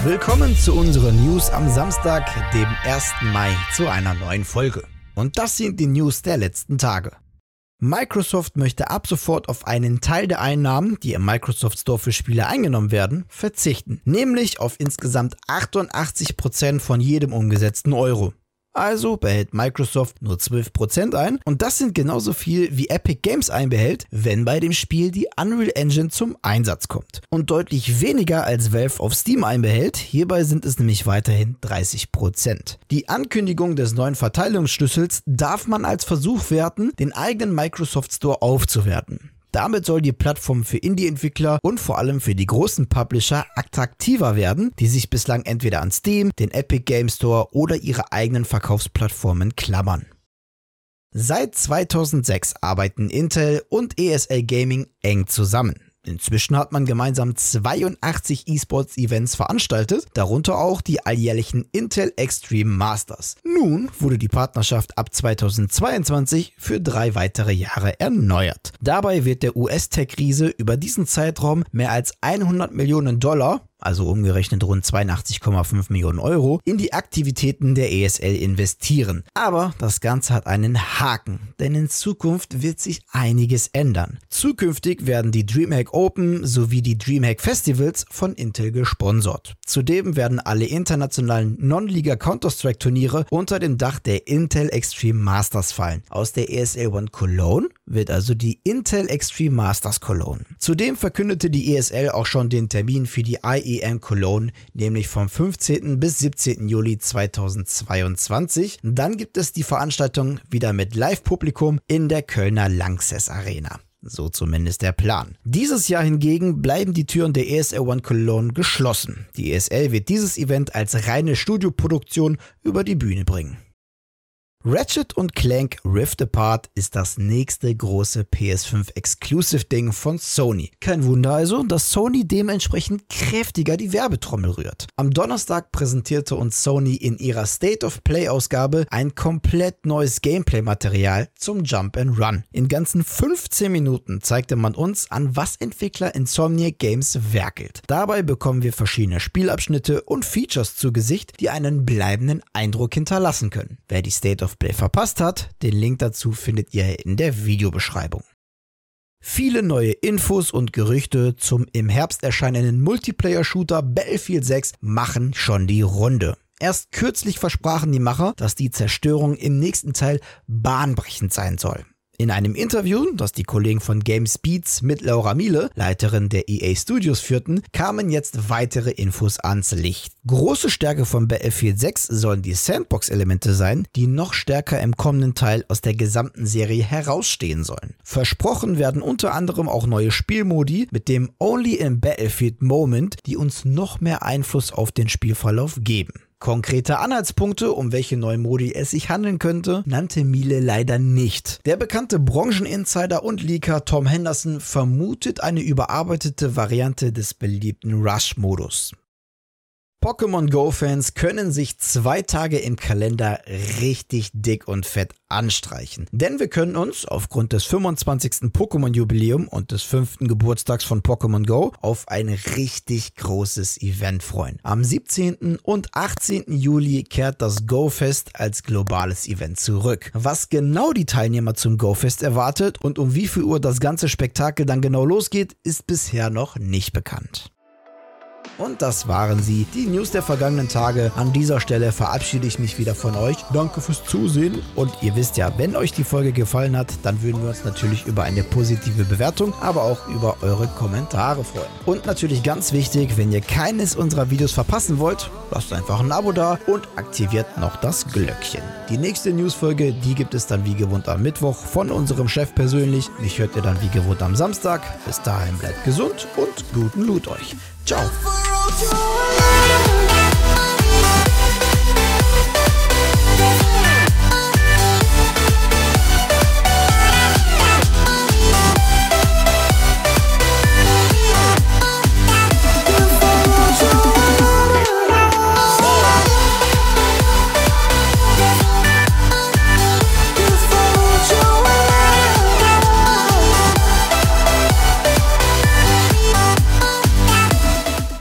Willkommen zu unseren News am Samstag, dem 1. Mai, zu einer neuen Folge. Und das sind die News der letzten Tage. Microsoft möchte ab sofort auf einen Teil der Einnahmen, die im Microsoft Store für Spiele eingenommen werden, verzichten. Nämlich auf insgesamt 88% von jedem umgesetzten Euro. Also behält Microsoft nur 12% ein und das sind genauso viel wie Epic Games einbehält, wenn bei dem Spiel die Unreal Engine zum Einsatz kommt. Und deutlich weniger als Valve auf Steam einbehält, hierbei sind es nämlich weiterhin 30%. Die Ankündigung des neuen Verteilungsschlüssels darf man als Versuch werten, den eigenen Microsoft Store aufzuwerten. Damit soll die Plattform für Indie-Entwickler und vor allem für die großen Publisher attraktiver werden, die sich bislang entweder an Steam, den Epic Games Store oder ihre eigenen Verkaufsplattformen klammern. Seit 2006 arbeiten Intel und ESL Gaming eng zusammen. Inzwischen hat man gemeinsam 82 E-Sports-Events veranstaltet, darunter auch die alljährlichen Intel Extreme Masters. Nun wurde die Partnerschaft ab 2022 für 3 weitere Jahre erneuert. Dabei wird der US-Tech-Riese über diesen Zeitraum mehr als $100 Millionen, also umgerechnet rund 82,5 Millionen Euro, in die Aktivitäten der ESL investieren. Aber das Ganze hat einen Haken, denn in Zukunft wird sich einiges ändern. Zukünftig werden die DreamHack Open sowie die DreamHack Festivals von Intel gesponsert. Zudem werden alle internationalen Non-Liga Counter-Strike-Turniere unter dem Dach der Intel Extreme Masters fallen. Aus der ESL One Cologne wird also die Intel Extreme Masters Cologne. Zudem verkündete die ESL auch schon den Termin für die IEM Cologne, nämlich vom 15. bis 17. Juli 2022. Dann gibt es die Veranstaltung wieder mit Live-Publikum in der Kölner Lanxess Arena. So zumindest der Plan. Dieses Jahr hingegen bleiben die Türen der ESL One Cologne geschlossen. Die ESL wird dieses Event als reine Studioproduktion über die Bühne bringen. Ratchet & Clank Rift Apart ist das nächste große PS5-Exclusive-Ding von Sony. Kein Wunder also, dass Sony dementsprechend kräftiger die Werbetrommel rührt. Am Donnerstag präsentierte uns Sony in ihrer State-of-Play-Ausgabe ein komplett neues Gameplay-Material zum Jump-and-Run. In ganzen 15 Minuten zeigte man uns, an was Entwickler Insomniac Games werkelt. Dabei bekommen wir verschiedene Spielabschnitte und Features zu Gesicht, die einen bleibenden Eindruck hinterlassen können. Wer die State-of-Play verpasst hat, den Link dazu findet ihr in der Videobeschreibung. Viele neue Infos und Gerüchte zum im Herbst erscheinenden Multiplayer-Shooter Battlefield 6 machen schon die Runde. Erst kürzlich versprachen die Macher, dass die Zerstörung im nächsten Teil bahnbrechend sein soll. In einem Interview, das die Kollegen von GameSpeeds mit Laura Miele, Leiterin der EA Studios, führten, kamen jetzt weitere Infos ans Licht. Große Stärke von Battlefield 6 sollen die Sandbox-Elemente sein, die noch stärker im kommenden Teil aus der gesamten Serie herausstehen sollen. Versprochen werden unter anderem auch neue Spielmodi mit dem Only in Battlefield Moment, die uns noch mehr Einfluss auf den Spielverlauf geben. Konkrete Anhaltspunkte, um welche neuen Modi es sich handeln könnte, nannte Miele leider nicht. Der bekannte Brancheninsider und Leaker Tom Henderson vermutet eine überarbeitete Variante des beliebten Rush-Modus. Pokémon Go-Fans können sich 2 Tage im Kalender richtig dick und fett anstreichen. Denn wir können uns aufgrund des 25. Pokémon-Jubiläum und des 5. Geburtstags von Pokémon Go auf ein richtig großes Event freuen. Am 17. und 18. Juli kehrt das Go-Fest als globales Event zurück. Was genau die Teilnehmer zum Go-Fest erwartet und um wie viel Uhr das ganze Spektakel dann genau losgeht, ist bisher noch nicht bekannt. Und das waren sie, die News der vergangenen Tage. An dieser Stelle verabschiede ich mich wieder von euch. Danke fürs Zusehen. Und ihr wisst ja, wenn euch die Folge gefallen hat, dann würden wir uns natürlich über eine positive Bewertung, aber auch über eure Kommentare freuen. Und natürlich ganz wichtig, wenn ihr keines unserer Videos verpassen wollt, lasst einfach ein Abo da und aktiviert noch das Glöckchen. Die nächste Newsfolge, die gibt es dann wie gewohnt am Mittwoch von unserem Chef persönlich. Mich hört ihr dann wie gewohnt am Samstag. Bis dahin bleibt gesund und guten Loot euch. Ciao.